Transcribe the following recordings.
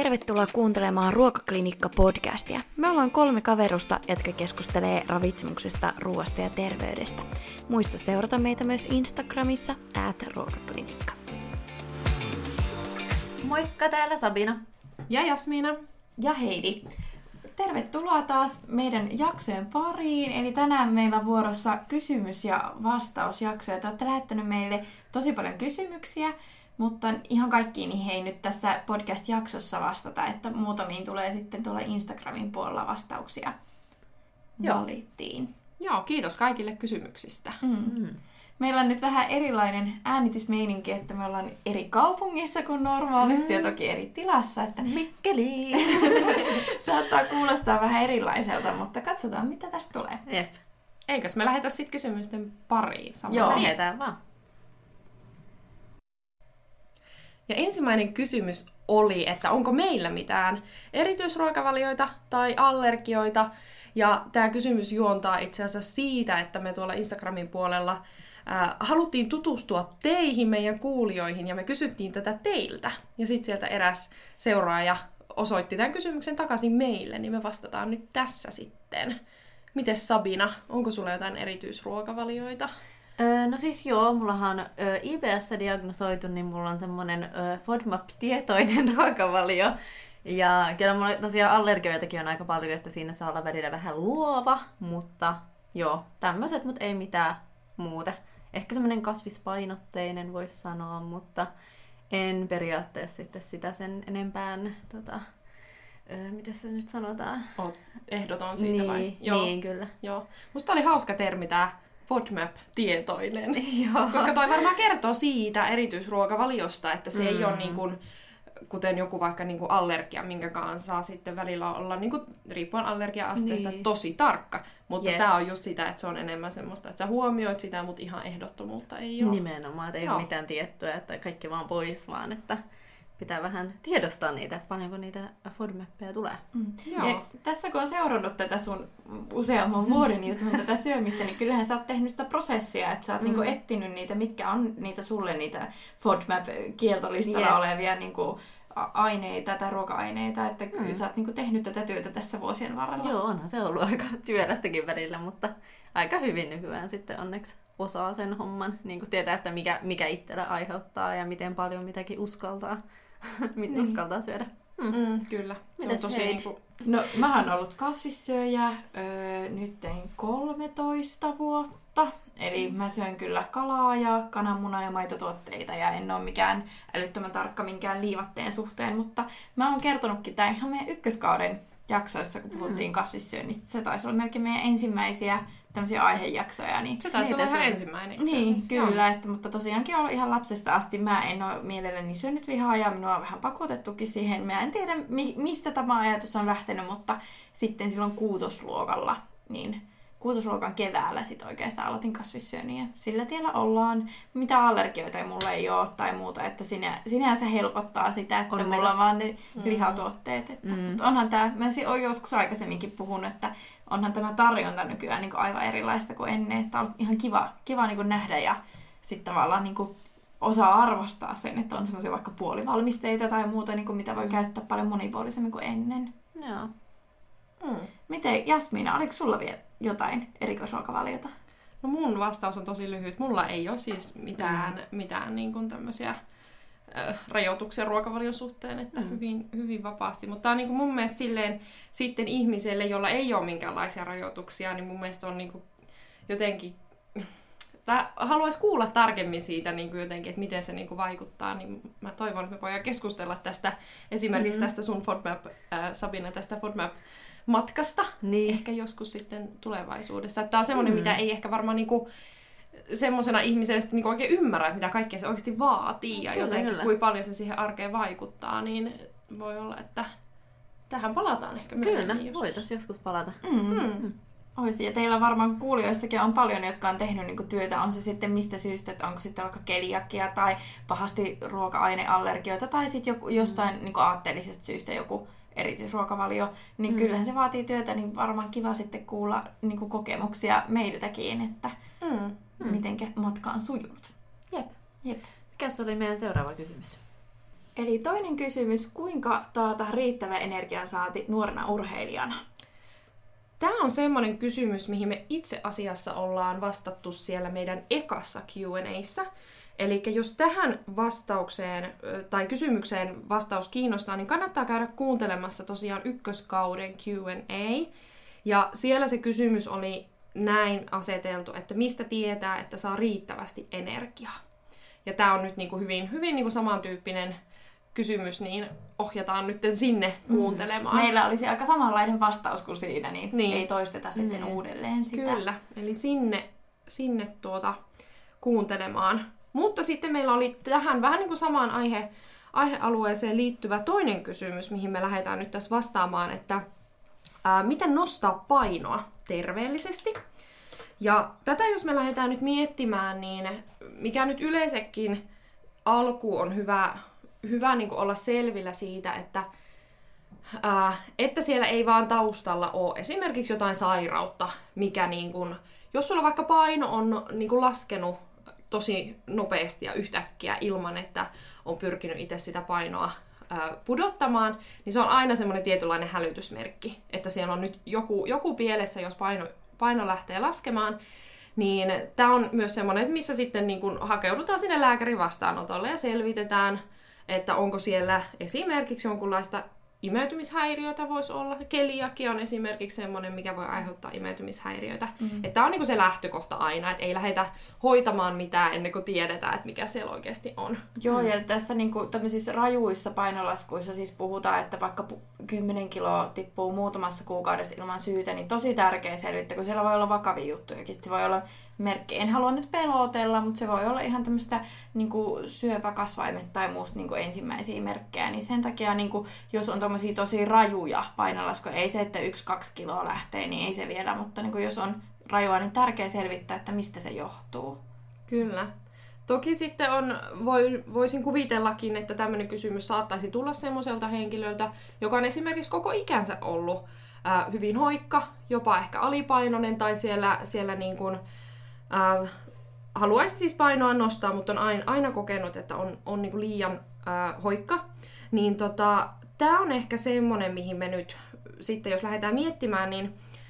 Tervetuloa kuuntelemaan Ruokaklinikka-podcastia. Me ollaan 3 kaverusta, jotka keskustelee ravitsemuksesta, ruoasta ja terveydestä. Muista seurata meitä myös Instagramissa @ruokaklinikka. Moikka, täällä Sabina. Ja Jasmiina. Ja Heidi. Tervetuloa taas meidän jaksojen pariin. Eli tänään meillä on vuorossa kysymys- ja vastausjaksoja. Te olette lähettäneet meille tosi paljon kysymyksiä, mutta ihan kaikkiin niihin ei nyt tässä podcast-jaksossa vastata, että muutamiin tulee sitten tuolla Instagramin puolella vastauksia. Valittiin. Joo, kiitos kaikille kysymyksistä. Meillä on nyt vähän erilainen äänitysmeininki, että me ollaan eri kaupungissa kuin normaalisti ja toki eri tilassa. Että Mikkeli! saattaa kuulostaa vähän erilaiselta, mutta katsotaan mitä tästä tulee. Jep. Eikös me lähetä sitten kysymysten pariin samalla? Joo. Lähetään vaan. Ja ensimmäinen kysymys oli, että onko meillä mitään erityisruokavalioita tai allergioita. Ja tämä kysymys juontaa itse asiassa siitä, että me tuolla Instagramin puolella haluttiin tutustua teihin, meidän kuulijoihin, ja me kysyttiin tätä teiltä. Ja sitten sieltä eräs seuraaja osoitti tämän kysymyksen takaisin meille, niin me vastataan nyt tässä sitten. Mites Sabina, onko sulla jotain erityisruokavalioita? No siis joo, mullahan on IBS diagnosoitu, niin mulla on semmonen FODMAP-tietoinen ruokavalio. Ja kyllä mulla tosiaan allergioitakin on aika paljon, että siinä saa olla välillä vähän luova, mutta joo, tämmöiset, mutta ei mitään muuta. Ehkä semmoinen kasvispainotteinen voisi sanoa, mutta en periaatteessa sitten sitä sen enempään, miten se nyt sanotaan? Oot ehdoton siitä niin, vai? Niin, kyllä. Joo. Musta oli hauska termi tää FODMAP-tietoinen. Joo. Koska toi varmaan kertoo siitä erityisruokavaliosta, että se ei ole niin kuin, kuten joku vaikka niin kuin allergia, minkä kanssa saa sitten välillä olla niin kuin, riippuen allergia-asteesta tosi tarkka. Mutta tää on just sitä, että se on enemmän semmoista, että sä huomioit sitä, mutta ihan ehdottomuutta ei ole. Nimenomaan, että ei ole mitään tiettyä, että kaikki vaan pois, vaan että pitää vähän tiedostaa niitä, että paljonko niitä FODMAPpeja tulee. Ja tässä kun on seurannut tätä sun useamman vuoden tätä syömistä, niin kyllähän sä oot tehnyt sitä prosessia, että sä oot niinku etsinyt niitä, mitkä on niitä sulle niitä FODMAP-kieltolistalla olevia niinku aineita tai ruoka-aineita, että kyllä sä oot niinku tehnyt tätä työtä tässä vuosien varrella. Joo, onhan se ollut aika työlästäkin välillä, mutta aika hyvin nykyään sitten onneksi osaa sen homman. Niin kuin tietää, että mikä itsellä aiheuttaa ja miten paljon mitäkin uskaltaa, uskaltaa syödä. Kyllä. Se Mites on tosi Heidi? No, mä oon ollut kasvissyöjä nyt 13 vuotta. Eli mä syön kyllä kalaa ja kananmunaa ja maitotuotteita ja en ole mikään älyttömän tarkka minkään liivatteen suhteen, mutta mä oon kertonutkin tämän ihan meidän ykköskauden jaksoissa, kun puhuttiin kasvissyönnistä. Se taisi olla melkein meidän ensimmäisiä tämmöisiä aihejaksoja. Niin se taisi olla ihan ensimmäinen itse niin, asiassa. kyllä, mutta tosiaankin ollut ihan lapsesta asti. Mä en ole mielelläni syönyt lihaa ja minua on vähän pakotettukin siihen. Mä en tiedä, mistä tämä ajatus on lähtenyt, mutta sitten silloin kuutosluokalla, niin kuutosluokan keväällä sit oikeastaan aloitin kasvissyönnin ja sillä tiellä ollaan. Mitä allergioita mulla ei ole tai muuta, että sinänsä helpottaa sitä, että mulla on vaan ne lihatuotteet. Että, mutta onhan tämä, mä oon joskus aikaisemminkin puhunut, että onhan tämä tarjonta nykyään niin kuin aivan erilaista kuin ennen, että on ihan kiva niin kuin nähdä ja sitten tavallaan niin kuin osaa arvostaa sen, että on semmoisia vaikka puolivalmisteita tai muuta, niin kuin mitä voi käyttää paljon monipuolisemmin kuin ennen. Joo. Miten, Jasmiina, oliko sulla vielä jotain erikoisruokavaliota? No mun vastaus on tosi lyhyt. Mulla ei ole siis mitään niin kuin tämmöisiä rajoituksia ruokavalion suhteen, että hyvin vapaasti. Mutta tää on niin kuin mun mielestä silleen sitten ihmiselle, jolla ei ole minkäänlaisia rajoituksia, niin mun mielestä on niin kuin jotenkin haluaisin kuulla tarkemmin siitä niin kuin jotenkin, että miten se niin kuin vaikuttaa, niin mä toivon, että me voidaan keskustella tästä esimerkiksi tästä sun FODMAP, Sabina, tästä FODMAP-matkasta, ehkä joskus sitten tulevaisuudessa. Tämä on semmoinen, mitä ei ehkä varmaan niinku semmoisena ihmisenä sitten niinku oikein ymmärrä, että mitä kaikkea se oikeasti vaatii ja jotenkin kuinka paljon se siihen arkeen vaikuttaa, niin voi olla, että tähän palataan ehkä myöhemmin. Kyllä, voitaisiin joskus palata. Oisi. Ja teillä varmaan kuulijoissakin on paljon, jotka on tehnyt niinku työtä, on se sitten mistä syystä, että onko sitten vaikka keliakia tai pahasti ruoka-aineallergioita tai sitten jostain niinku aatteellisesta syystä joku erityisruokavalio, niin kyllähän se vaatii työtä, niin varmaan kiva sitten kuulla niinku kokemuksia meiltäkin, että mitenkä matka on sujunut. Jep. Mikäs oli meidän seuraava kysymys? Eli toinen kysymys, kuinka taata riittävä energiansaanti nuorena urheilijana? Tämä on semmoinen kysymys, mihin me itse asiassa ollaan vastattu siellä meidän ekassa Q&A:ssa. Eli jos tähän vastaukseen tai kysymykseen vastaus kiinnostaa, niin kannattaa käydä kuuntelemassa tosiaan ykköskauden Q&A. Ja siellä se kysymys oli näin aseteltu, että mistä tietää, että saa riittävästi energiaa. Ja tämä on nyt niinku hyvin niinku samantyyppinen kysymys, niin ohjataan nyt sinne kuuntelemaan. Meillä olisi aika samanlainen vastaus kuin siinä, niin. Ei toisteta sitten uudelleen sitä. Kyllä, eli sinne kuuntelemaan. Mutta sitten meillä oli tähän vähän niin kuin samaan aihealueeseen liittyvä toinen kysymys, mihin me lähdetään nyt tässä vastaamaan, että miten nostaa painoa terveellisesti. Ja tätä jos me lähdetään nyt miettimään, niin mikä nyt yleensäkin alku on hyvä niin kuin olla selvillä siitä, että siellä ei vaan taustalla ole esimerkiksi jotain sairautta, mikä niin kuin, jos sulla vaikka paino on niin kuin laskenut tosi nopeasti ja yhtäkkiä ilman, että on pyrkinyt itse sitä painoa pudottamaan, niin se on aina semmoinen tietynlainen hälytysmerkki, että siellä on nyt joku pielessä, jos paino lähtee laskemaan, niin tämä on myös semmoinen, että missä sitten niin kun hakeudutaan sinne lääkärin vastaanotolle ja selvitetään, että onko siellä esimerkiksi jonkunlaista imeytymishäiriöitä voisi olla. Keliakia on esimerkiksi semmoinen, mikä voi aiheuttaa imeytymishäiriöitä. Tämä on niinku se lähtökohta aina, että ei lähdetä hoitamaan mitään ennen kuin tiedetään, että mikä siellä oikeasti on. Joo, ja tässä niinku tämmöisissä rajuissa painolaskuissa siis puhutaan, että vaikka 10 kiloa tippuu muutamassa kuukaudessa ilman syytä, niin tosi tärkeä selvittää, kun siellä voi olla vakavia juttuja. Se voi olla merkki, en halua nyt pelotella, mutta se voi olla ihan tämmöistä niinku syöpäkasvaimesta tai muusta niinku ensimmäisiä merkkejä. Niin sen takia, niinku, jos on tommosia tosi rajuja painolaskuja, ei se, että 1-2 kiloa lähtee, niin ei se vielä, mutta niinku, jos on rajua, niin tärkeää selvittää, että mistä se johtuu. Kyllä. Toki sitten voisin kuvitellakin, että tämmöinen kysymys saattaisi tulla semmoiselta henkilöltä, joka on esimerkiksi koko ikänsä ollut hyvin hoikka, jopa ehkä alipainoinen tai siellä niin kuin, haluaisi siis painoa nostaa, mutta on aina kokenut, että on niin kuin liian hoikka. Niin tämä on ehkä semmoinen, mihin me nyt sitten, jos lähdetään miettimään, niin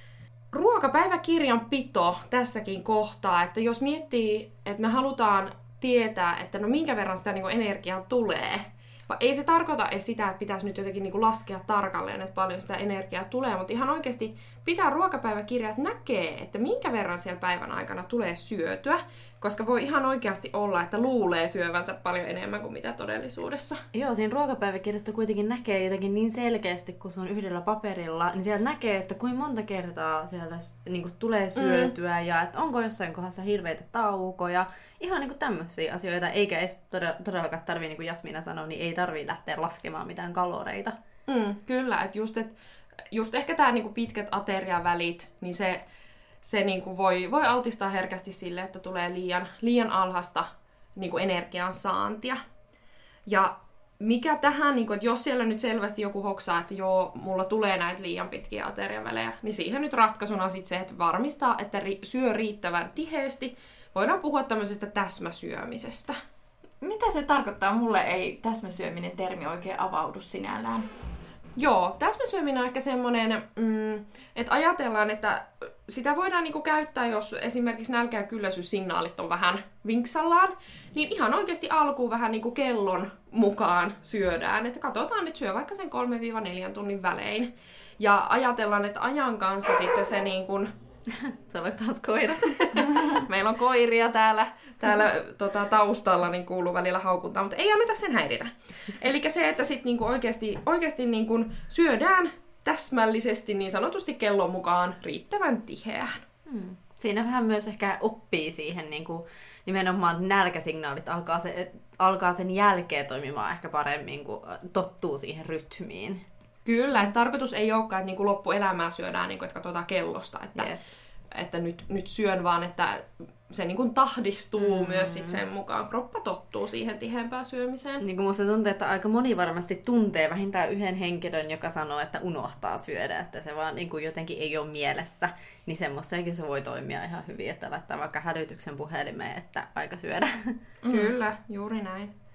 ruokapäiväkirjanpito tässäkin kohtaa, että jos miettii, että me halutaan tietää, että no minkä verran sitä niin energiaa tulee, vaan ei se tarkoita edes sitä, että pitäisi nyt jotenkin niin laskea tarkalleen, että paljon sitä energiaa tulee, mutta ihan oikeasti pitää ruokapäiväkirja, että näkee, että minkä verran siellä päivän aikana tulee syötyä, koska voi ihan oikeasti olla, että luulee syövänsä paljon enemmän kuin mitä todellisuudessa. Joo, siinä ruokapäiväkirjasta kuitenkin näkee jotenkin niin selkeästi, kun se on yhdellä paperilla, niin sieltä näkee, että kuinka monta kertaa sieltä niin kuin tulee syötyä ja että onko jossain kohdassa hirveitä taukoja. Ihan niin kuin tämmöisiä asioita, eikä edes todellakaan tarvitse, niin kuin Jasmina sanoi, niin ei tarvitse lähteä laskemaan mitään kaloreita. Kyllä, että just ehkä tämä niinku pitkät ateriavälit, niin se niinku voi altistaa herkästi sille, että tulee liian alhaista niinku energian saantia. Ja mikä tähän, niinku, että jos siellä nyt selvästi joku hoksaa, että joo, mulla tulee näitä liian pitkiä ateriavälejä, niin siihen nyt ratkaisuna sitten se, että varmistaa, että syö riittävän tiheesti. Voidaan puhua tämmöisestä täsmäsyömisestä. Mitä se tarkoittaa? Mulle ei täsmäsyöminen termi oikein avaudu sinällään. Joo, täsmäsyöminen on ehkä semmoinen, että ajatellaan, että sitä voidaan niinku käyttää, jos esimerkiksi nälkä- ja kylläisyyssignaalit on vähän vinksallaan, niin ihan oikeasti alkuun vähän niinku kellon mukaan syödään. Että katsotaan, että syö vaikka sen 3-4 tunnin välein. Ja ajatellaan, että ajan kanssa sitten se niin kuin... Se on taas koirat. Meillä on koiria täällä taustalla, niin kuuluu välillä haukuntaa, mutta ei anneta sen häiritä. Eli se, että sitten niinku oikeasti niinku syödään täsmällisesti niin sanotusti kellon mukaan riittävän tiheään. Siinä vähän myös ehkä oppii siihen niinku, nimenomaan nälkäsignaalit alkaa sen jälkeen toimimaan ehkä paremmin, kun tottuu siihen rytmiin. Kyllä, että tarkoitus ei olekaan, että niinku loppuelämää syödään, niinku, että katsotaan kellosta, että nyt syön, vaan että se niinku tahdistuu myös sit sen mukaan. Kroppa tottuu siihen tiheämpään syömiseen. Niin kuin musta tuntuu, että aika moni varmasti tuntee vähintään yhden henkilön, joka sanoo, että unohtaa syödä, että se vaan niin kuin jotenkin ei ole mielessä. Niin semmoiseenkin se voi toimia ihan hyvin, että laittaa vaikka hälytyksen puhelimeen, että aika syödä. Kyllä, juuri näin.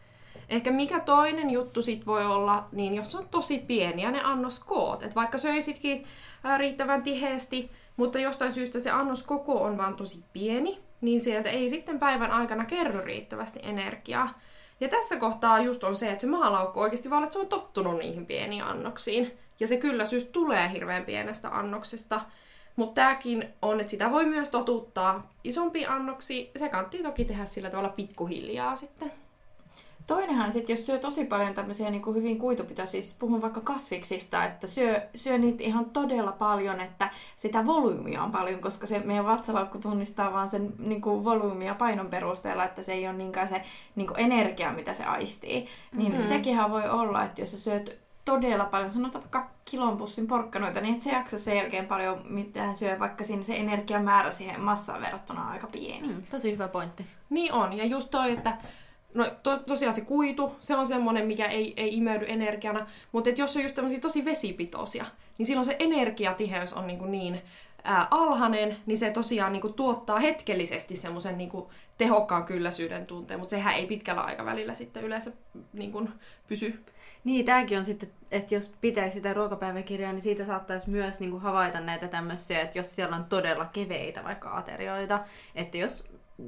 Ehkä mikä toinen juttu sit voi olla, niin jos on tosi pieniä ne annoskoot, että vaikka söisitkin riittävän tiheesti, mutta jostain syystä se annoskoko on vaan tosi pieni, niin sieltä ei sitten päivän aikana kerry riittävästi energiaa. Ja tässä kohtaa just on se, että se maalaukko oikeasti vaan, että se on tottunut niihin pieniin annoksiin. Ja se kylläisyys tulee hirveän pienestä annoksesta. Mutta tämäkin on, että sitä voi myös totuttaa isompiin annoksiin. Se kannattaa toki tehdä sillä tavalla pikkuhiljaa sitten. Toinenhan sitten, jos syö tosi paljon tämmöisiä niin kuin hyvin kuitupitoisia, siis puhun vaikka kasviksista, että syö niitä ihan todella paljon, että sitä volyymia on paljon, koska se meidän vatsalaukku tunnistaa vaan sen niin kuin volyymiä painon perusteella, että se ei ole niinkään se niin kuin energia, mitä se aistii. Niin sekinhän voi olla, että jos sä syöt todella paljon, sanotaan vaikka kilon pussin porkkanoita, niin et se jaksa sen jälkeen paljon mitään syö, vaikka siinä se energiamäärä siihen massaan verrattuna on aika pieni. Tosi hyvä pointti. Niin on, ja just toi, että no tosiaan se kuitu, se on semmoinen, mikä ei imeydy energiana, mutta jos on just tämmöisiä tosi vesipitoisia, niin silloin se energiatiheys on niin alhainen, niin se tosiaan niin kuin tuottaa hetkellisesti semmoisen niin kuin tehokkaan kylläisyyden tunteen, mutta sehän ei pitkällä aikavälillä sitten yleensä niin kuin pysy. Niin, tämäkin on sitten, että jos pitäisi sitä ruokapäiväkirjaa, niin siitä saattaisi myös niin kuin havaita näitä tämmöisiä, että jos siellä on todella keveitä vaikka aterioita, että jos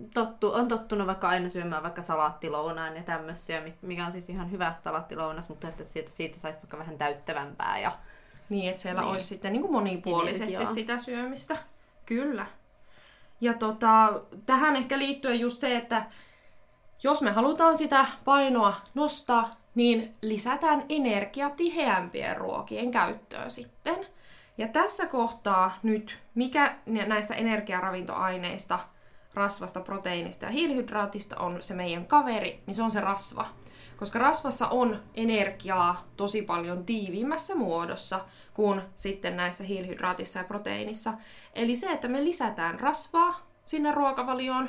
on tottunut vaikka aina syömään vaikka salaattilounaan ja tämmöisiä, mikä on siis ihan hyvä salaattilounas, mutta että siitä saisi vaikka vähän täyttävämpää. Ja niin, että siellä olisi sitten niin kuin monipuolisesti sitä syömistä. Kyllä. Ja tähän ehkä liittyen just se, että jos me halutaan sitä painoa nostaa, niin lisätään energiatiheämpien ruokien käyttöön sitten. Ja tässä kohtaa nyt, mikä näistä energiaravintoaineista, rasvasta, proteiinista ja hiilihydraatista on se meidän kaveri, niin se on se rasva. Koska rasvassa on energiaa tosi paljon tiiviimmässä muodossa kuin sitten näissä hiilihydraatissa ja proteiinissa. Eli se, että me lisätään rasvaa sinne ruokavalioon,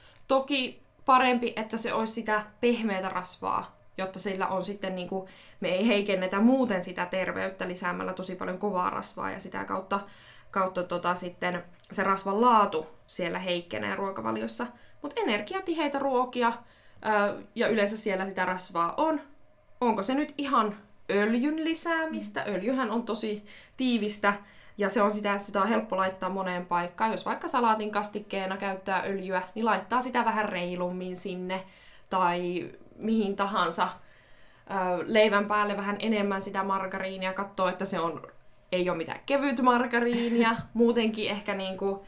toki parempi, että se olisi sitä pehmeätä rasvaa, jotta sillä on sitten, niin kuin, me ei heikennetä muuten sitä terveyttä lisäämällä tosi paljon kovaa rasvaa ja sitä kautta sitten se rasvan laatu siellä heikkenee ruokavaliossa. Mutta energiatiheitä ruokia ja yleensä siellä sitä rasvaa on. Onko se nyt ihan öljyn lisäämistä? Öljyhän on tosi tiivistä ja se on sitä on helppo laittaa moneen paikkaan. Jos vaikka salaatin kastikkeena käyttää öljyä, niin laittaa sitä vähän reilummin sinne tai mihin tahansa leivän päälle vähän enemmän sitä margariinia, katsoo, että se ei ole mitään kevyt margariinia. Muutenkin ehkä niinku,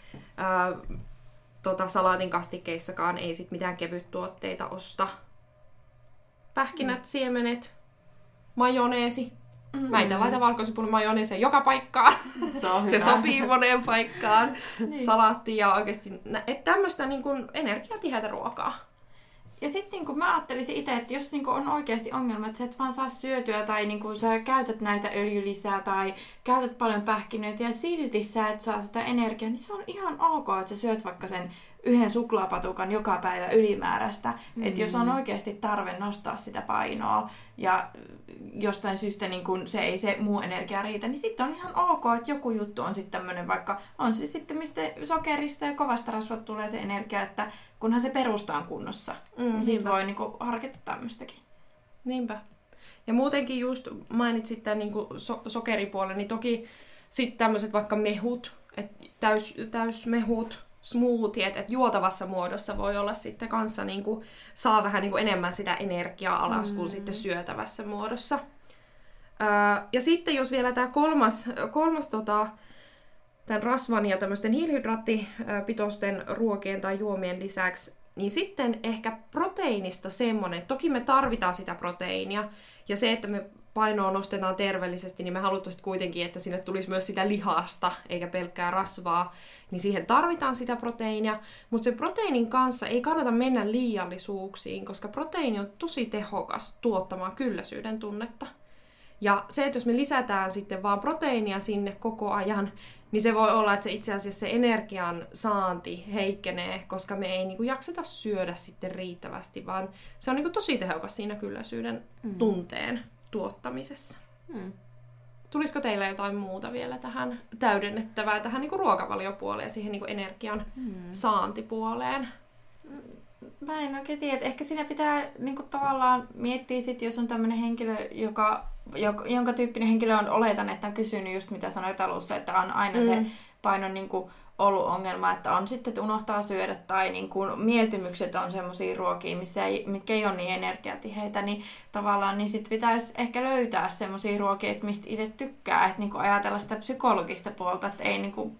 salaatin kastikkeissakaan ei sit mitään kevyttuotteita osta. Pähkinät, siemenet, majoneesi. Mä itse laitan valkosipulin majoneeseen joka paikkaan. Se sopii moneen paikkaan. Niin. Salaattia ja oikeasti tämmöistä niinku energiatiheätä ruokaa. Ja sitten niin mä ajattelisin itse, että jos niin on oikeasti ongelma, että sä et vaan saa syötyä tai niin sä käytät näitä öljylisää tai käytät paljon pähkinöitä ja silti sä et saa sitä energiaa, niin se on ihan ok, että sä syöt vaikka sen yhden suklaapatukan joka päivä ylimääräistä. Että jos on oikeasti tarve nostaa sitä painoa ja jostain syystä niin kun se muu energia riitä, niin sitten on ihan ok, että joku juttu on sitten tämmöinen, vaikka on se sitten mistä sokerista ja kovasta rasvat tulee se energia, että kunhan se perusta on kunnossa, niin sitten voi niin kun harkita tämmöistäkin. Niinpä. Ja muutenkin just mainitsit tämän niin sokeripuolen, niin toki sitten tämmöiset vaikka mehut, täysmehut, smoothiet, että juotavassa muodossa voi olla sitten kanssa niinku, saa vähän niinku enemmän sitä energiaa alas kuin sitten syötävässä muodossa. Ja sitten jos vielä tämä kolmas tämän rasvan ja tämmöisten hiilihydraattipitoisten ruokien tai juomien lisäksi, niin sitten ehkä proteiinista semmoinen, toki me tarvitaan sitä proteiinia, ja se, että me painoa nostetaan terveellisesti, niin me haluttaisiin kuitenkin, että sinne tulisi myös sitä lihasta, eikä pelkkää rasvaa, niin siihen tarvitaan sitä proteiinia, mutta se proteiinin kanssa ei kannata mennä liiallisuuksiin, koska proteiini on tosi tehokas tuottamaan kylläisyyden tunnetta. Ja se, että jos me lisätään sitten vaan proteiinia sinne koko ajan, niin se voi olla, että se itse asiassa se energian saanti heikkenee, koska me ei niinku jakseta syödä sitten riittävästi, vaan se on niinku tosi tehokas siinä kylläisyyden tunteen tuottamisessa. Tulisiko teillä jotain muuta vielä tähän täydennettävää, tähän niinku ruokavaliopuoleen, siihen niinku energian saantipuoleen? mä en oikein tiedä. Ehkä siinä pitää niinku tavallaan miettiä sit, jos on tämmöinen henkilö, jonka tyyppinen henkilö on, oletan, että on kysynyt just mitä sanoit alussa, että on aina se painon niinku ollut ongelma, että on sitten, että unohtaa syödä tai niin kuin mieltymykset on semmoisia ruokia, mitkä ei ole niin energiatiheitä, niin tavallaan niin sitten pitäisi ehkä löytää semmoisia ruokia, että mistä itse tykkää, että niin kuin ajatella sitä psykologista puolta, että ei niin kuin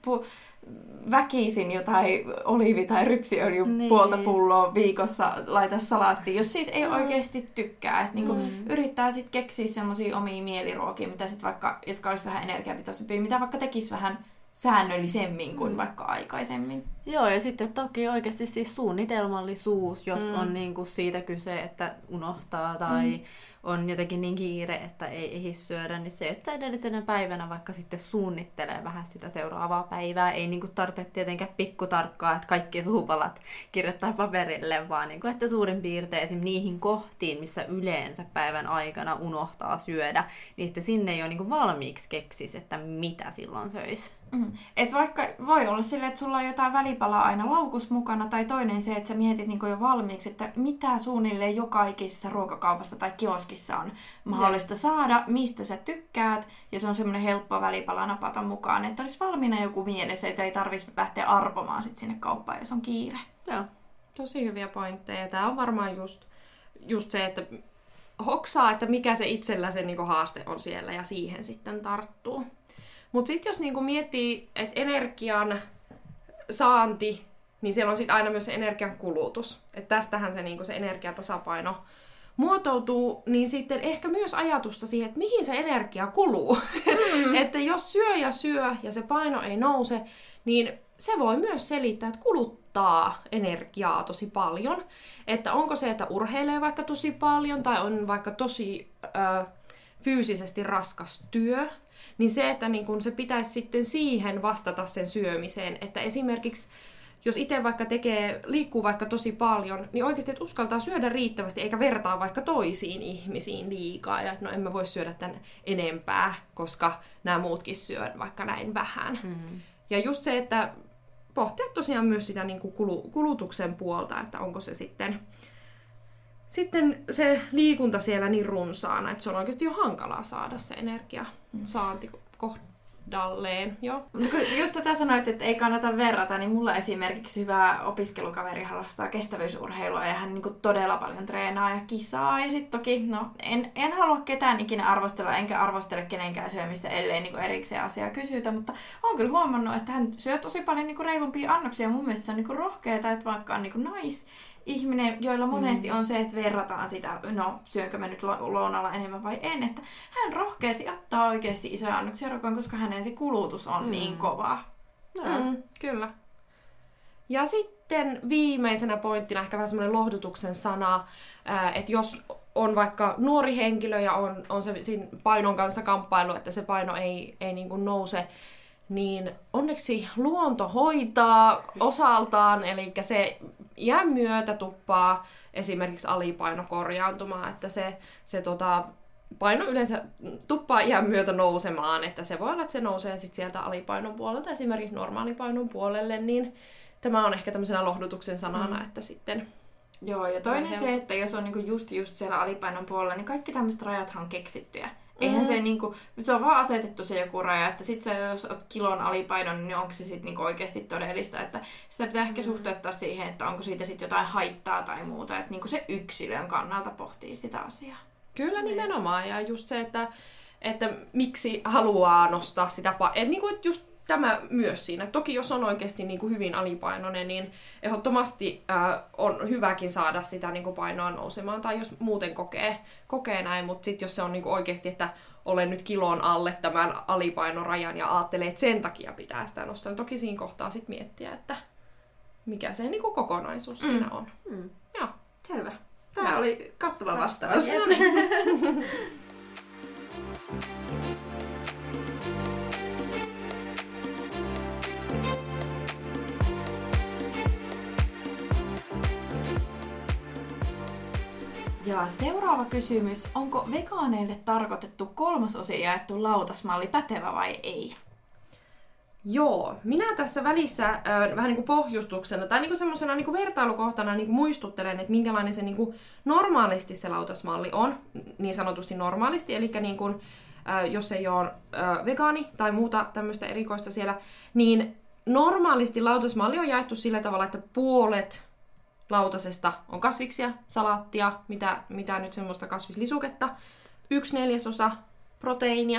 väkisin jotain oliivi- tai rypsiöljy puolta pulloa viikossa laita salaattiin, jos siitä ei oikeasti tykkää. Että niinku yrittää sitten keksiä semmoisia omia mieliruokia, mitä sit vaikka, jotka olisi vähän energiapitoisempia, mitä vaikka tekisi vähän säännöllisemmin kuin vaikka aikaisemmin. Joo, ja sitten toki oikeasti siis suunnitelmallisuus, jos on niinku siitä kyse, että unohtaa tai on jotenkin niin kiire, että ei ehdi syödä, niin se, että edellisenä päivänä vaikka sitten suunnittelee vähän sitä seuraavaa päivää, ei niinku tarvitse tietenkään pikkutarkkaa, että kaikki suupalat kirjoittaa paperille, vaan niinku, että suurin piirtein esim. Niihin kohtiin, missä yleensä päivän aikana unohtaa syödä, niin että sinne jo niinku valmiiksi keksisi, että mitä silloin söisi. Et vaikka voi olla silleen, että sulla on jotain välipalaa aina laukus mukana, tai toinen se, että sä mietit niinku jo valmiiksi, että mitä suunnilleen joka ikisessä ruokakaupassa tai kioskissa on mahdollista saada, mistä sä tykkäät, ja se on semmoinen helppo välipala napata mukaan, että olisi valmiina joku mielessä, että ei tarvitsisi lähteä arpomaan sit sinne kauppaan, jos on kiire. Joo, tosi hyviä pointteja. Tämä on varmaan just se, että hoksaa, että mikä se itsellä se niinku haaste on siellä, ja siihen sitten tarttuu. Mutta sitten jos niinku miettii, että energian saanti, niin siellä on sitten aina myös se energian kulutus. Että tästähän se, niinku se energiatasapaino muotoutuu, niin sitten ehkä myös ajatusta siihen, että mihin se energia kuluu. Että jos syö ja se paino ei nouse, niin se voi myös selittää, että kuluttaa energiaa tosi paljon. Että onko se, että urheilee vaikka tosi paljon tai on vaikka tosi fyysisesti raskas työ, niin se, että niin kun se pitäisi sitten siihen vastata sen syömiseen, että esimerkiksi jos itse vaikka liikkuu vaikka tosi paljon, niin oikeasti että uskaltaa syödä riittävästi, eikä vertaa vaikka toisiin ihmisiin liikaa, ja että no en mä voi syödä tän enempää, koska nämä muutkin syö vaikka näin vähän. Ja just se, että pohtia tosiaan myös sitä niin kuin kulutuksen puolta, että onko se sitten se liikunta siellä niin runsaana, että se on oikeasti jo hankalaa saada se energia saanti kohdalleen. Joo. Just tätä sanoit, että ei kannata verrata, niin mulla esimerkiksi hyvä opiskelukaveri harrastaa kestävyysurheilua ja hän niin kuin todella paljon treenaa ja kisaa. Ja sitten toki, no en halua ketään ikinä arvostella, enkä arvostele kenenkään syömistä, ellei niin kuin erikseen asiaa kysytä, mutta olen kyllä huomannut, että hän syö tosi paljon niin kuin reilumpia annoksia. Mun mielestä se on niin kuin rohkeata, että vaikka on niin kuin ihminen, joilla monesti on se, että verrataan sitä, no syönkö mä nyt lounalla enemmän vai en, että hän rohkeasti ottaa oikeasti isoja annoksia ruokaan, koska hänen se kulutus on niin kova. Kyllä. Ja sitten viimeisenä pointtina ehkä vähän semmoinen lohdutuksen sana, että jos on vaikka nuori henkilö ja on se siinä painon kanssa kamppailu, että se paino ei niin kuin nouse, niin onneksi luonto hoitaa osaltaan, eli se iän myötä tuppaa esimerkiksi alipaino korjaantumaan, että se paino yleensä tuppaa iän myötä nousemaan, että se voi olla, että se nousee sit sieltä alipainon puolelta esimerkiksi normaalipainon puolelle, niin tämä on ehkä tämmöisenä lohdutuksen sanana, että sitten... Joo, ja toinen se, että jos on niinku just siellä alipainon puolella, niin kaikki tämmöiset rajathan on keksittyjä. Eihän se niinku, se on vaan asetettu se joku raja, että sit sä, jos oot kilon alipainon, niin onko se sit niinku oikeasti todellista, että sitä pitää ehkä suhteuttaa siihen, että onko siitä sit jotain haittaa tai muuta, että niinku se yksilön kannalta pohtii sitä asiaa. Kyllä nimenomaan, ja just se, että miksi haluaa nostaa sitä, että niinku, et just tämä myös siinä. Toki jos on oikeasti niinku hyvin alipainoinen, niin ehdottomasti on hyväkin saada sitä niinku painoa nousemaan, tai jos muuten kokee näin, mutta sitten jos se on niinku oikeasti, että olen nyt kilon alle tämän alipainorajan ja ajattelee, että sen takia pitää sitä nostaa, niin toki siinä kohtaa sitten miettiä, että mikä se niinku kokonaisuus siinä on. Joo. Selvä. Tämä oli kattava vastaus. Ja seuraava kysymys. Onko vegaaneille tarkoitettu 3 osiin jaettu lautasmalli pätevä vai ei? Joo, minä tässä välissä vähän niin kuin pohjustuksena tai niin kuin semmoisena niin kuin vertailukohtana niin kuin muistuttelen, että minkälainen se niin kuin normaalisti se lautasmalli on, niin sanotusti normaalisti, eli niin kuin, jos ei ole vegaani tai muuta tämmöistä erikoista siellä, niin normaalisti lautasmalli on jaettu sillä tavalla, että puolet lautasesta on kasviksia, salaattia, mitä nyt semmoista kasvislisuketta, 1/4 proteiinia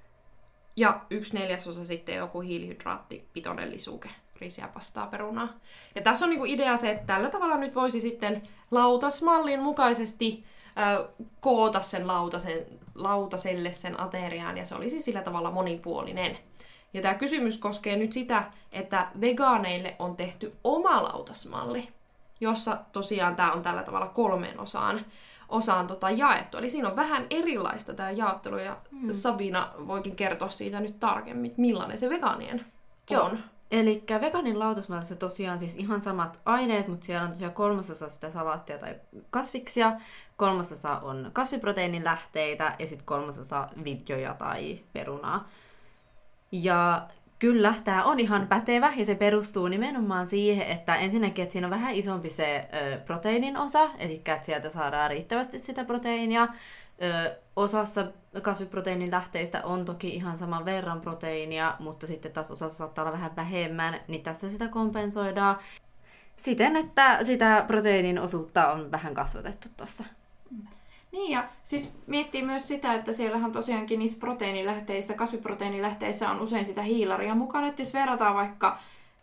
ja 1/4 sitten joku hiilihydraattipitoinen lisuke, riisiä, pastaa, perunaa. Ja tässä on niinku idea se, että tällä tavalla nyt voisi sitten lautasmallin mukaisesti koota sen lautaselle sen ateriaan, ja se olisi sillä tavalla monipuolinen. Ja tämä kysymys koskee nyt sitä, että vegaaneille on tehty oma lautasmalli, jossa tosiaan tämä on tällä tavalla 3 osaan jaettu. Eli siinä on vähän erilaista tämä jaottelu, ja Sabina voikin kertoa siitä nyt tarkemmin, millainen se vegaanien on. Eli vegaanin lautasmallissa tosiaan siis ihan samat aineet, mutta siellä on tosiaan 3/3 sitä salaattia tai kasviksia, 3/3 on kasviproteiinin lähteitä ja sitten 3/3 viljoja tai perunaa. Ja kyllä, tämä on ihan pätevä ja se perustuu nimenomaan siihen, että ensinnäkin, että siinä on vähän isompi se proteiinin osa, eli että sieltä saadaan riittävästi sitä proteiinia. Osassa kasviproteiinin lähteistä on toki ihan saman verran proteiinia, mutta sitten taas osassa saattaa olla vähän vähemmän, niin tässä sitä kompensoidaan siten, että sitä proteiinin osuutta on vähän kasvatettu tuossa. Niin, ja siis miettii myös sitä, että siellähän tosiaankin niissä proteiinilähteissä, kasviproteiinilähteissä on usein sitä hiilaria mukana, että jos verrataan vaikka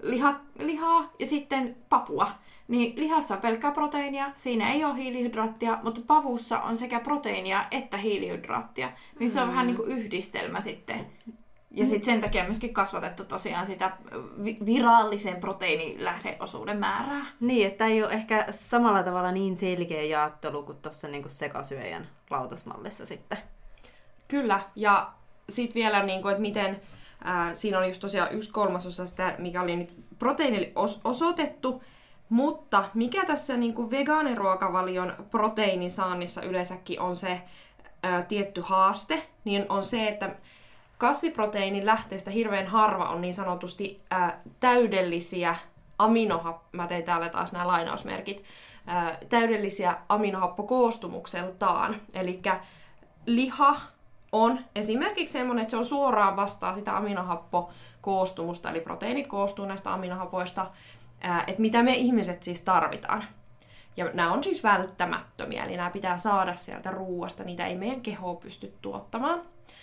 lihaa ja sitten papua, niin lihassa on pelkkää proteiinia, siinä ei ole hiilihydraattia, mutta pavussa on sekä proteiinia että hiilihydraattia, niin se on vähän niin kuin yhdistelmä sitten. Ja sitten sen takia on myöskin kasvatettu tosiaan sitä virallisen proteiinilähdeosuuden määrää. Niin, että ei ole ehkä samalla tavalla niin selkeä jaottelu kuin tuossa niin sekasyöjän lautasmallissa sitten. Kyllä, ja sitten vielä, että miten siinä oli just tosiaan 1/3 sitä, mikä oli nyt proteiinille osoitettu, mutta mikä tässä vegaaniruokavalion proteiinisaannissa yleensäkin on se tietty haaste, niin on se, että kasviproteiinin lähteistä hirveän harva on niin sanotusti täydellisiä mä tein täällä taas nämä lainausmerkit, täydellisiä aminohappokoostumukseltaan. Eli liha on esimerkiksi semmoinen, että se on suoraan vastaa sitä aminohappokoostumusta, eli proteiinit koostuu näistä aminohapoista, että mitä me ihmiset siis tarvitaan. Ja nämä on siis välttämättömiä, eli nämä pitää saada sieltä ruuasta, niitä ei meidän keho pysty tuottamaan.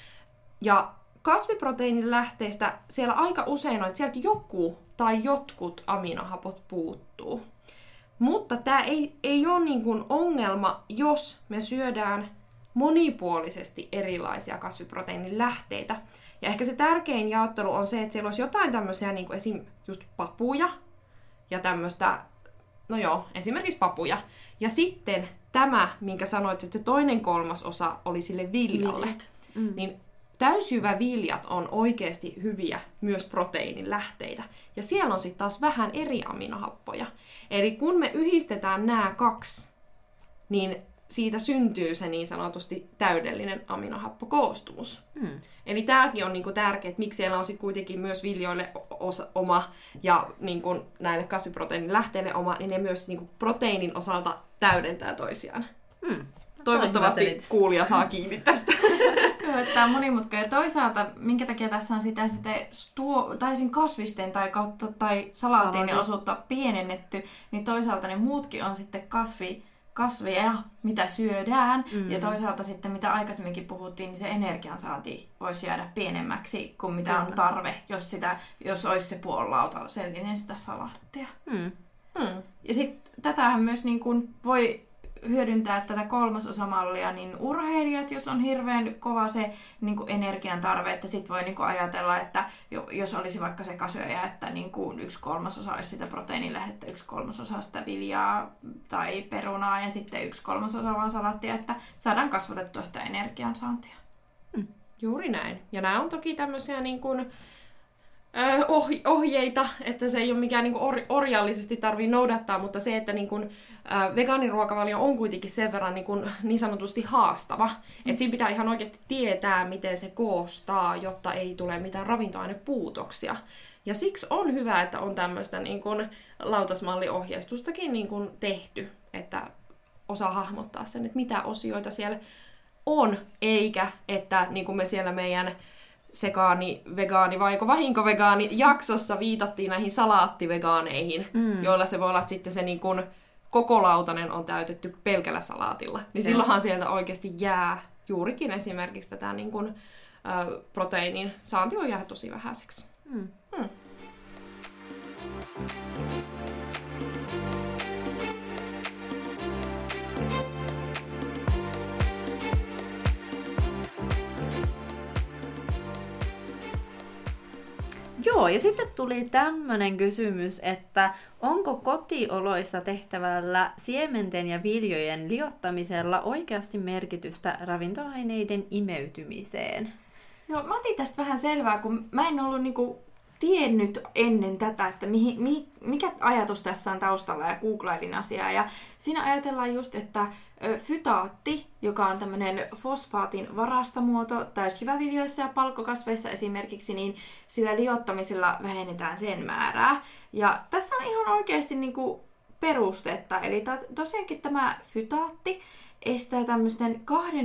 Ja kasviproteiinin lähteistä siellä aika usein on, että sieltä joku tai jotkut aminohapot puuttuu. Mutta tämä ei ole niin kuin ongelma, jos me syödään monipuolisesti erilaisia kasviproteiinin lähteitä. Ja ehkä se tärkein jaottelu on se, että siellä olisi jotain tämmöisiä niin kuin esim. Just papuja ja tämmöistä, esimerkiksi papuja. Ja sitten tämä, minkä sanoit, että se toinen 1/3 oli sille viljalle, niin täysjyväviljat on oikeasti hyviä myös proteiinin lähteitä. Ja siellä on sitten taas vähän eri aminohappoja. Eli kun me yhdistetään nämä 2, niin siitä syntyy se niin sanotusti täydellinen aminohappokoostumus. Eli tämäkin on niinku tärkeää, että miksi siellä on sitten kuitenkin myös viljoille oma ja niinku näille kasviproteiinin lähteille oma, niin ne myös niinku proteiinin osalta täydentää toisiaan. Toivottavasti kuulija saa kiinni tästä. Tämä on monimutkainen. Ja toisaalta, minkä takia tässä on sitä kasvisten tai salaatin osuutta pienennetty, niin toisaalta ne muutkin on sitten kasveja, mitä syödään. Ja toisaalta sitten, mitä aikaisemminkin puhuttiin, niin se energiansaanti voisi jäädä pienemmäksi kuin mitä on tarve, jos olisi se puolilautallinen sitä salaattia. Ja sitten tätähän myös niin kuin voi hyödyntää tätä 3/3-mallia, niin urheilijat, jos on hirveän kova se niin kuin energian tarve, että sitten voi niin kuin ajatella, että jos olisi vaikka sekasyöjä, että niin kuin 1/3 olisi sitä proteiinilähdettä, 1/3 sitä viljaa tai perunaa ja sitten 1/3 vaan salaattia, että saadaan kasvatettua sitä energiansaantia. Juuri näin. Ja nämä on toki tämmöisiä niin kuin ohjeita, että se ei ole mikään niin kuin orjallisesti tarvii noudattaa, mutta se, että niin kuin, vegaaniruokavalio on kuitenkin sen verran niin sanotusti haastava, että siinä pitää ihan oikeasti tietää, miten se koostaa, jotta ei tule mitään ravintoainepuutoksia. Ja siksi on hyvä, että on tämmöistä niin kuin lautasmalliohjeistustakin niin kuin tehty, että osaa hahmottaa sen, että mitä osioita siellä on, eikä että niin kuin me siellä meidän sekaani, vegaani vai vahinkovegaani jaksossa viitattiin näihin salaattivegaaneihin, joilla se voi olla, että sitten se niin kuin koko lautanen on täytetty pelkällä salaatilla. Niin silloinhan sieltä oikeasti jää juurikin esimerkiksi tätä niin kuin, proteiinin saanti on jää tosi vähäiseksi. Joo, ja sitten tuli tämmönen kysymys, että onko kotioloissa tehtävällä siementen ja viljojen liottamisella oikeasti merkitystä ravintoaineiden imeytymiseen? Joo, mä otin tästä vähän selvää, kun mä en ollut niinku tiennyt ennen tätä, että mikä ajatus tässä on taustalla, ja googlailin asiaa. Ja siinä ajatellaan just, että fytaatti, joka on tämmöinen fosfaatin varastamuoto täysjyväviljoissa ja palkkokasveissa esimerkiksi, niin sillä liottamisella vähennetään sen määrää. Ja tässä on ihan oikeasti niinku perustetta. Eli tosiaankin tämä fytaatti estää tämmöisten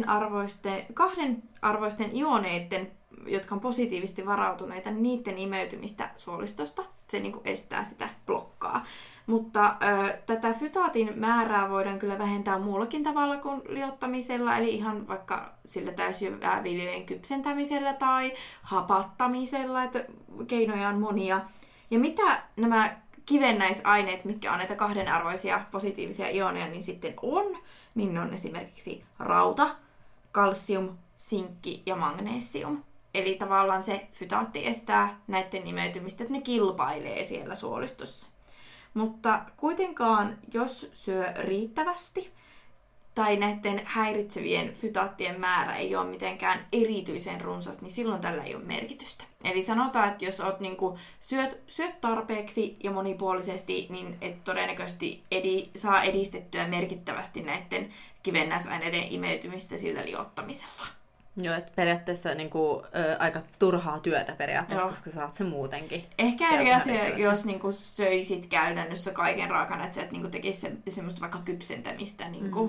kahden arvoisten ioneiden, jotka on positiivisesti varautuneita, niiden imeytymistä suolistosta. Se niin kuin estää sitä, blokkaa. Mutta tätä fytaatin määrää voidaan kyllä vähentää muullakin tavalla kuin liottamisella, eli ihan vaikka sillä täysjyväviljojen kypsentämisellä tai hapattamisella, että keinoja on monia. Ja mitä nämä kivennäisaineet, mitkä on näitä kahdenarvoisia positiivisia ioneja, niin sitten on, niin ne on esimerkiksi rauta, kalsium, sinkki ja magnesium. Eli tavallaan se fytaatti estää näiden imeytymistä, että ne kilpailee siellä suolistossa. Mutta kuitenkaan, jos syö riittävästi tai näiden häiritsevien fytaattien määrä ei ole mitenkään erityisen runsas, niin silloin tällä ei ole merkitystä. Eli sanotaan, että jos oot syöt tarpeeksi ja monipuolisesti, niin et todennäköisesti saa edistettyä merkittävästi näiden kivennäisaineiden imeytymistä sillä liottamisella. Joo, että periaatteessa aika turhaa työtä periaatteessa, koska saat sen muutenkin. Ehkä eri asia, jos söisit käytännössä kaiken raakana, että sä et tekisi semmoista vaikka kypsentämistä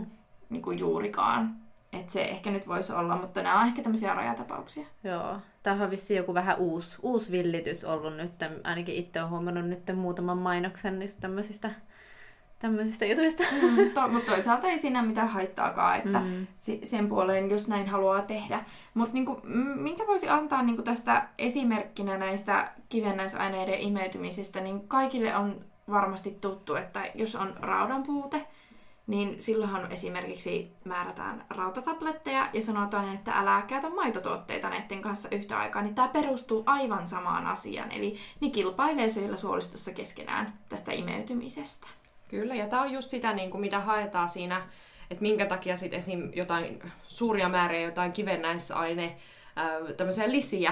juurikaan. Että se ehkä nyt voisi olla, mutta nämä on ehkä tämmöisiä rajatapauksia. Joo, tämä on vissiin joku vähän uusi villitys ollut nyt. Ainakin itse olen huomannut nyt muutaman mainoksen just tämmöisistä jutuista. Mutta toisaalta ei siinä mitään haittaakaan, että sen puoleen just näin haluaa tehdä. Mutta minkä voisi antaa tästä esimerkkinä näistä kivennäisaineiden imeytymisestä, niin kaikille on varmasti tuttu, että jos on raudan puute, niin silloinhan esimerkiksi määrätään rautatabletteja ja sanotaan, että älä käytä maitotuotteita näiden kanssa yhtä aikaa, niin tämä perustuu aivan samaan asiaan. Eli ne kilpailee siellä suolistossa keskenään tästä imeytymisestä. Kyllä, ja tämä on just sitä, mitä haetaan siinä, että minkä takia sitten esim. Jotain suuria määriä, jotain kivennäisaine, tämmöisiä lisiä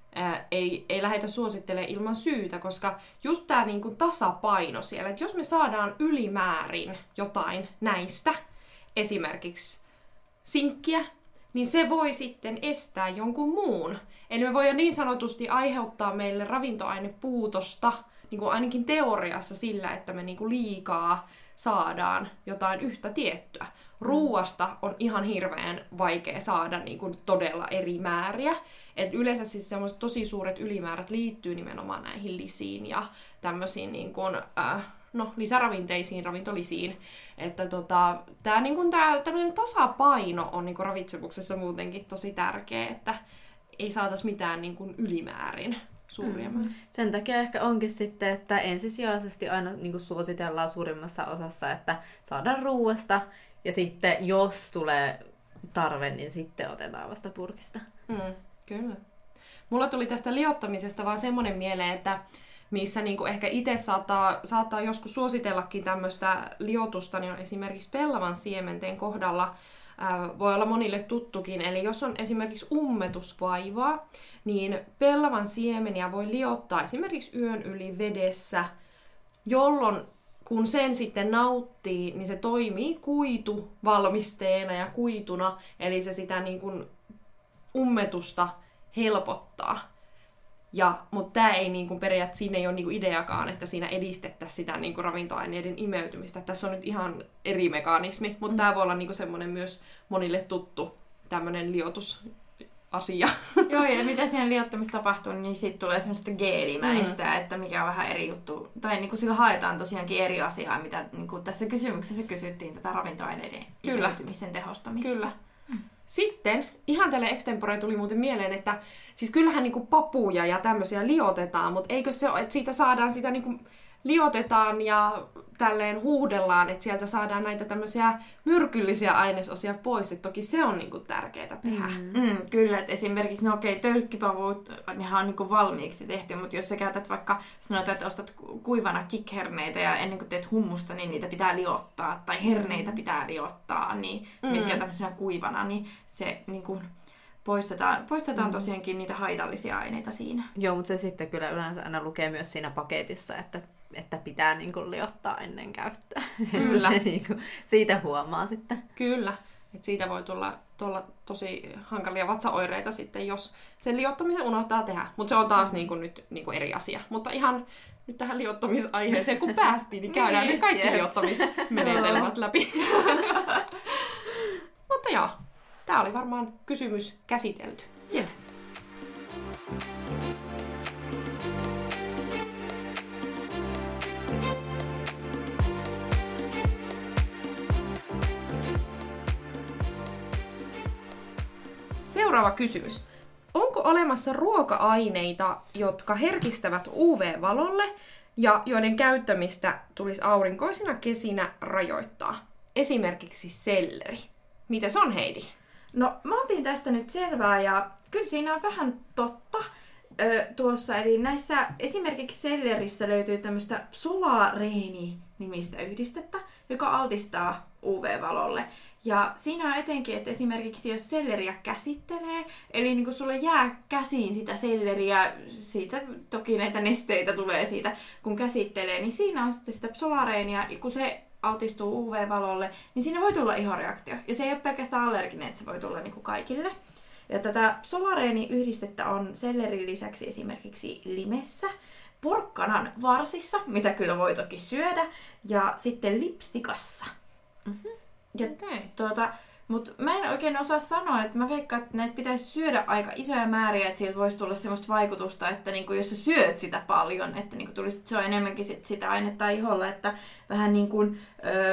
ei lähdetä suosittelemaan ilman syytä, koska just tämä tasapaino siellä, että jos me saadaan ylimäärin jotain näistä, esimerkiksi sinkkiä, niin se voi sitten estää jonkun muun. Eli me voidaan niin sanotusti aiheuttaa meille ravintoainepuutosta, ainakin teoriassa sillä, että me liikaa saadaan jotain yhtä tiettyä. Ruuasta on ihan hirveän vaikea saada todella eri määriä. Et yleensä siis semmoiset tosi suuret ylimäärät liittyy nimenomaan näihin lisiin ja tämmöisiin lisäravinteisiin, ravintolisiin. Että tää tämmöinen tasapaino on ravitsemuksessa muutenkin tosi tärkeä, että ei saataisi mitään ylimäärin suuria määriä. Sen takia ehkä onkin sitten, että ensisijaisesti aina suositellaan suurimmassa osassa, että saadaan ruuasta ja sitten jos tulee tarve, niin sitten otetaan vasta purkista. Kyllä. Mulla tuli tästä liottamisesta vaan semmoinen mieleen, että missä ehkä itse saattaa joskus suositellakin tämmöistä liotusta, niin on esimerkiksi pellavan siementen kohdalla voi olla monille tuttukin. Eli jos on esimerkiksi ummetusvaivaa, niin pellavan siemeniä voi liottaa esimerkiksi yön yli vedessä, jolloin kun sen sitten nauttii, niin se toimii kuituvalmisteena ja kuituna, eli se sitä niin kuin ummetusta helpottaa. Mutta tämä ei niinku periaatteessa, siinä ei ole niinku ideakaan, että siinä edistettäisiin sitä niinku ravintoaineiden imeytymistä. Tässä on nyt ihan eri mekanismi, mutta tämä voi olla niinku semmoinen myös monille tuttu tämmöinen liotusasia. Joo, ja mitä siinä liottamista tapahtuu, niin siitä tulee semmoista geelimäistä, että mikä on vähän eri juttu. Tai niin kuin sillä haetaan tosiaankin eri asiaa, mitä niin kuin tässä kysymyksessä kysyttiin, tätä ravintoaineiden imeytymisen tehostamista. Kyllä. Sitten, ihan tälle extempore tuli muuten mieleen, että siis kyllähän niinku papuja ja tämmöisiä liotetaan, mutta eikö se ole, että siitä saadaan sitä niinku liotetaan ja tälleen huuhdellaan, että sieltä saadaan näitä tämmöisiä myrkyllisiä ainesosia pois, että toki se on niinku tärkeää tehdä. Kyllä, että esimerkiksi, tölkkipavut, nehän on niinku valmiiksi tehty, mutta jos sä käytät vaikka, sanotaan, että ostat kuivana kikherneitä ja ennen kuin teet hummusta, niin niitä pitää liottaa, tai herneitä pitää liottaa, niin mitkä tämmöisenä kuivana, niin se niinku poistetaan tosiaankin niitä haitallisia aineita siinä. Joo, mutta se sitten kyllä yleensä aina lukee myös siinä paketissa, että pitää niinku liottaa ennen käyttöä. Kyllä. Niinku, siitä huomaa sitten. Kyllä. Et siitä voi tulla tosi hankalia vatsaoireita sitten, jos sen liottamisen unohtaa tehdä. Mutta se on taas nyt eri asia. Mutta ihan nyt tähän liottamisaiheeseen, kun päästiin, niin käydään nyt kaikki liottamismenetelmät läpi. Mutta joo, tämä oli varmaan kysymys käsitelty. Jep. Seuraava kysymys. Onko olemassa ruoka-aineita, jotka herkistävät UV-valolle ja joiden käyttämistä tulisi aurinkoisina kesinä rajoittaa? Esimerkiksi selleri. Mitä se on, Heidi? No, mä otin tästä nyt selvää ja kyllä siinä on vähän totta tuossa. Eli näissä esimerkiksi sellerissä löytyy tämmöistä solareeni-nimistä yhdistettä, joka altistaa UV-valolle. Ja siinä on etenkin, että esimerkiksi jos selleriä käsittelee, eli niin kun sulle jää käsiin sitä selleriä, siitä toki näitä nesteitä tulee siitä, kun käsittelee, niin siinä on sitten sitä solareenia, ja kun se altistuu UV-valolle, niin siinä voi tulla ihoreaktio. Ja se ei ole pelkästään allerginen, että se voi tulla niin kuin kaikille. Ja tätä solareeniyhdistettä on sellerin lisäksi esimerkiksi limessä, porkkanan varsissa, mitä kyllä voi toki syödä, ja sitten lipstikassa. Ja mutta mä en oikein osaa sanoa, että mä veikkaan, että näitä pitäisi syödä aika isoja määriä, että siitä voisi tulla semmoista vaikutusta, että niinku, jos sä syöt sitä paljon, että niinku tulisi, se on enemmänkin sitä ainetta iholla, että vähän niin kuin,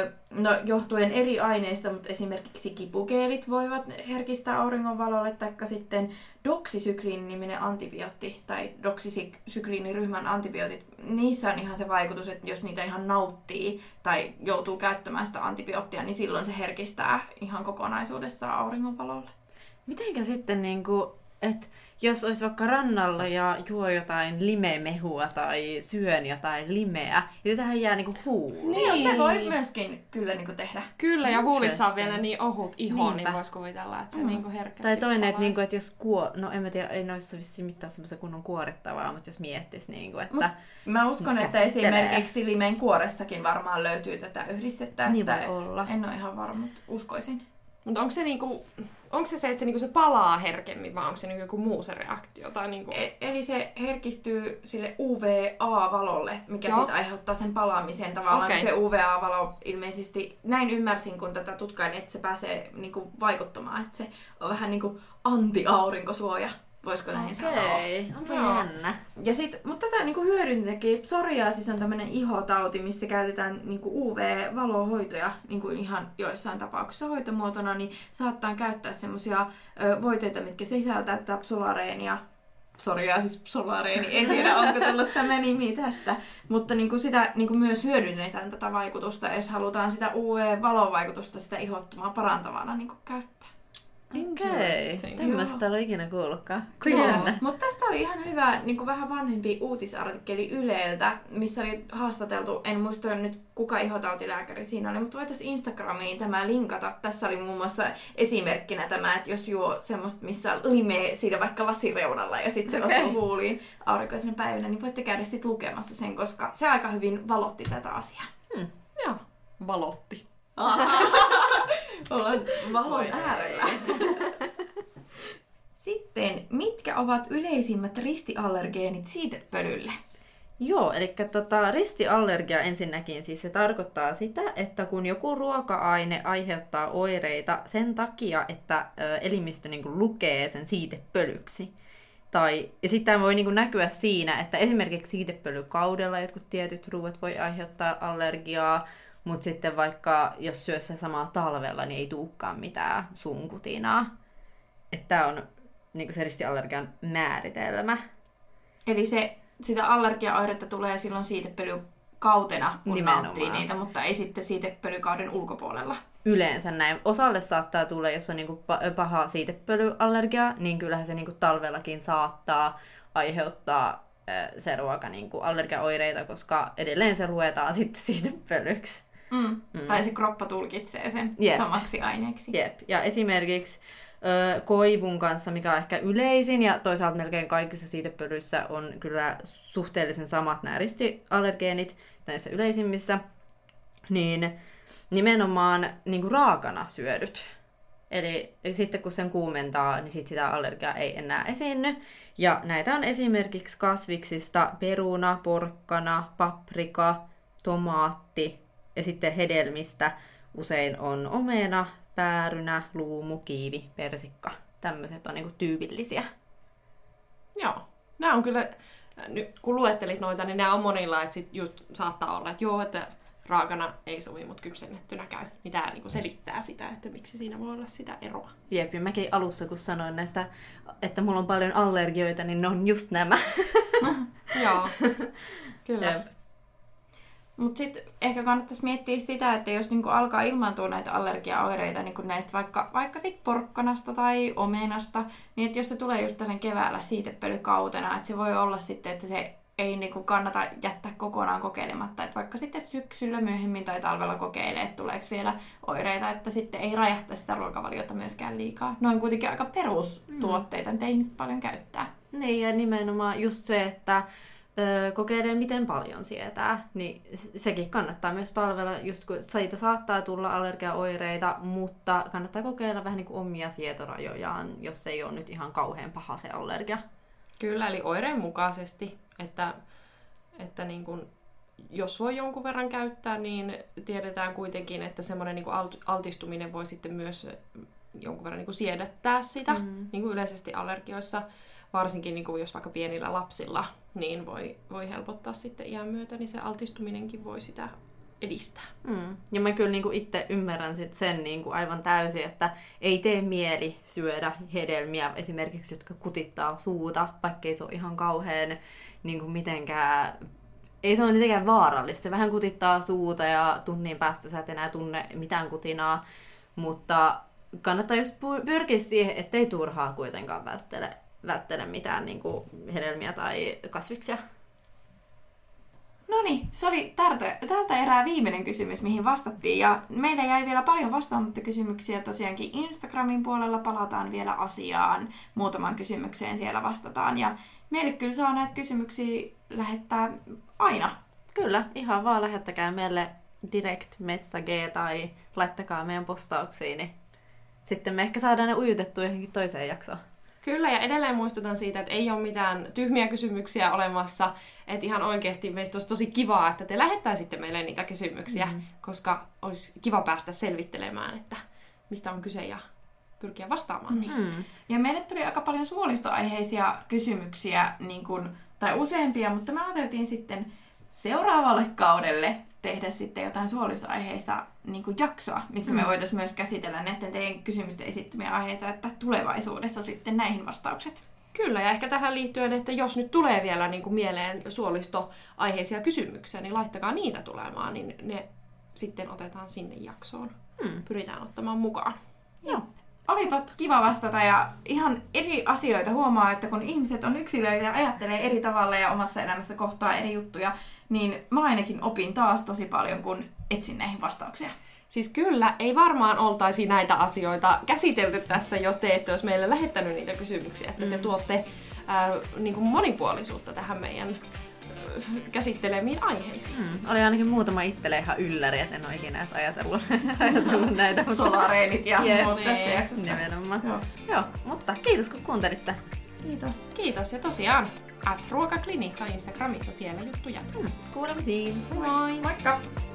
johtuen eri aineista, mutta esimerkiksi kipukeelit voivat herkistää auringonvalolle, taikka sitten doksisykliini-niminen antibiootti, tai doksisykliiniryhmän antibiootit, niissä on ihan se vaikutus, että jos niitä ihan nauttii tai joutuu käyttämään sitä antibioottia, niin silloin se herkistää ihan kokonaisuudessaan auringonvalolle. Mitenkä sitten, että jos olisi vaikka rannalla ja juo jotain limemehua tai syön jotain limeä, niin sitähän jää huuliin. Niin, se voi myöskin kyllä tehdä. Kyllä, ja huulissa on vielä niin ohut iho, niin voisi kuvitella, että se herkästi. Tai toinen, että jos en mä tiedä, ei noissa vissiin mitään semmoista kunnon kuorettavaa, mutta jos miettisi, että mä uskon, että esimerkiksi limen kuoressakin varmaan löytyy tätä yhdistettä. Niin että voi olla. En ole ihan varma, mutta uskoisin. Mutta onko se että se palaa herkemmin, vai onko se joku muu se reaktio? Tai Eli se herkistyy sille UVA-valolle, mikä sitten aiheuttaa sen palaamisen tavallaan. Okay. Se UVA-valo ilmeisesti, näin ymmärsin, kun tätä tutkailin, että se pääsee vaikuttamaan, että se on vähän anti-aurinkosuoja. Voisiko näin sanoa? Okei, onpa jännä. Ja mutta tätä hyödyntäkin, psoriaasis on tämmöinen ihotauti, missä käytetään UV-valohoitoja ihan joissain tapauksissa hoitomuotona, niin saattaa käyttää semmoisia voiteita, mitkä sisältää tätä solareenia. Solareeni, en tiedä onko tullut tämä nimi tästä, mutta sitä myös hyödynnetään tätä vaikutusta, jos halutaan sitä UV-valovaikutusta sitä ihottumaa parantavana käyttää. Interesting. Tämmöistä ei ole ikinä kuullutkaan. Mutta tästä oli ihan hyvä niin kuin vähän vanhempi uutisartikkeli Yleltä, missä oli haastateltu, en muista nyt kuka ihotautilääkäri siinä oli, mutta voitaisiin Instagramiin tämä linkata. Tässä oli muun muassa esimerkkinä tämä, että jos juo semmoista, missä limee siinä vaikka lasireunalla ja sitten se osuu huuliin aurinkoisena päivänä, niin voitte käydä sitten lukemassa sen, koska se aika hyvin valotti tätä asiaa. Joo, valotti. Ollaan valon äärellä. Sitten, mitkä ovat yleisimmät ristiallergeenit siitepölylle? Joo, eli ristiallergia ensinnäkin, siis se tarkoittaa sitä, että kun joku ruoka-aine aiheuttaa oireita sen takia, että elimistö niin kuin lukee sen siitepölyksi. Ja sitten tämä voi niin kuin näkyä siinä, että esimerkiksi siitepölykaudella jotkut tietyt ruuat voi aiheuttaa allergiaa, mutta sitten vaikka jos syö se samaa talvella, niin ei tulekaan mitään sunkutinaa. Että tämä on niin kuin se ristiallergian määritelmä. Eli sitä allergiaoiretta tulee silloin siitepölykautena, kun nauttii niitä, mutta ei sitten siitepölykauden ulkopuolella. Yleensä näin. Osalle saattaa tulla, jos on niinku paha siitepölyallergia, niin kyllähän se niinku talvellakin saattaa aiheuttaa se ruoka niinku allergiaoireita, koska edelleen se luetaan sitten siitepölyksi. Tai se kroppa tulkitsee sen samaksi aineeksi. Jep. Ja esimerkiksi koivun kanssa, mikä on ehkä yleisin, ja toisaalta melkein kaikissa siitepölyissä on kyllä suhteellisen samat nämä ristiallergeenit näissä yleisimmissä, niin nimenomaan niin kuin raakana syödyt. Eli sitten kun sen kuumentaa, niin sit sitä allergiaa ei enää esiinny. Ja näitä on esimerkiksi kasviksista peruna, porkkana, paprika, tomaatti ja sitten hedelmistä usein on omena, päärynä, luumu, kiivi, persikka. Tämmöiset on niinku tyypillisiä. Joo. Nämä on kyllä, nyt kun luettelit noita, niin nämä on monilla, että sit just saattaa olla, että joo, että raakana ei sovi, mutta kypsennettynä käy. Niin tämä niinku selittää sitä, että miksi siinä voi olla sitä eroa. Jep, ja mäkin alussa, kun sanoin näistä, että mulla on paljon allergioita, niin ne on just nämä. Joo, kyllä. Jep. Mutta sitten ehkä kannattaisi miettiä sitä, että jos niinku alkaa ilmaantua näitä allergiaoireita niinku näistä vaikka sit porkkanasta tai omenasta, niin että jos se tulee just tämän keväällä siitepölykautena, että se voi olla sitten, että se ei niinku kannata jättää kokonaan kokeilematta. Että vaikka sitten syksyllä myöhemmin tai talvella kokeilee, että tuleeko vielä oireita, että sitten ei rajahta sitä ruokavaliota myöskään liikaa. Noin kuitenkin aika perustuotteita, mitä ihmiset paljon käyttää. Niin, ja nimenomaan just se, että kokeilee miten paljon sietää, niin sekin kannattaa myös talvella, just kun siitä saattaa tulla allergiaoireita, mutta kannattaa kokeilla vähän niin kuin omia sietorajojaan, jos ei ole nyt ihan kauhean paha se allergia. Kyllä, eli oireen mukaisesti, että niin kun, jos voi jonkun verran käyttää, niin tiedetään kuitenkin, että semmoinen niin kuin altistuminen voi sitten myös jonkun verran niin kuin siedättää sitä, niin kuin yleisesti allergioissa. Varsinkin niin kuin jos vaikka pienillä lapsilla, niin voi helpottaa sitten iän myötä, niin se altistuminenkin voi sitä edistää. Ja mä kyllä niin kuin itse ymmärrän sen niin kuin aivan täysin, että ei tee mieli syödä hedelmiä esimerkiksi, jotka kutittaa suuta, vaikka ei se ole ihan kauhean niin kuin mitenkään, ei se ole mitenkään vaarallista. Se vähän kutittaa suuta ja tunnin päästä sä et enää tunne mitään kutinaa, mutta kannattaa just pyrkiä siihen, ettei turhaa kuitenkaan välttele mitään niin kuin hedelmiä tai kasviksia. Noniin, se oli tältä erää viimeinen kysymys, mihin vastattiin. Ja meillä jäi vielä paljon vastaamatta kysymyksiä. Tosiaankin Instagramin puolella palataan vielä asiaan. Muutaman kysymykseen siellä vastataan. Ja meille kyllä saa näitä kysymyksiä lähettää aina. Kyllä, ihan vaan lähettäkää meille direct message tai laittakaa meidän postauksiin. Niin sitten me ehkä saadaan ne ujutettua johonkin toiseen jaksoon. Kyllä, ja edelleen muistutan siitä, että ei ole mitään tyhmiä kysymyksiä olemassa. Että ihan oikeasti meistä olisi tosi kivaa, että te lähettäisitte meille niitä kysymyksiä, koska olisi kiva päästä selvittelemään, että mistä on kyse ja pyrkiä vastaamaan niihin. Ja meille tuli aika paljon suolistoaiheisia kysymyksiä, tai useampia, mutta me ajateltiin sitten seuraavalle kaudelle tehdä sitten jotain suolistoaiheista jaksoa, missä me voitaisiin myös käsitellä näiden teidän kysymysten esittämiä aiheita, että tulevaisuudessa sitten näihin vastaukset. Kyllä, ja ehkä tähän liittyen, että jos nyt tulee vielä mieleen suolistoaiheisia kysymyksiä, niin laittakaa niitä tulemaan, niin ne sitten otetaan sinne jaksoon. Pyritään ottamaan mukaan. Joo. olipa kiva vastata ja ihan eri asioita huomaa, että kun ihmiset on yksilöitä ja ajattelee eri tavalla ja omassa elämässä kohtaa eri juttuja, niin mä ainakin opin taas tosi paljon, kun etsin näihin vastauksia. Siis kyllä, ei varmaan oltaisi näitä asioita käsitelty tässä, jos te ette olisi meille lähettänyt niitä kysymyksiä, että te tuotte niin kuin monipuolisuutta tähän meidän käsittelemiin aiheisiin. Oli ainakin muutama itselle ihan ylläri, että en ole ikinä edes ajatellut näitä. Solareenit ja muut tässä jaksossa. Nimenomaan. Joo, mutta kiitos kun kuuntelitte. Kiitos. Kiitos ja tosiaan @ruokaklinikka Instagramissa siellä juttu jatkuu. Kuulemisiin. Moi! Moikka!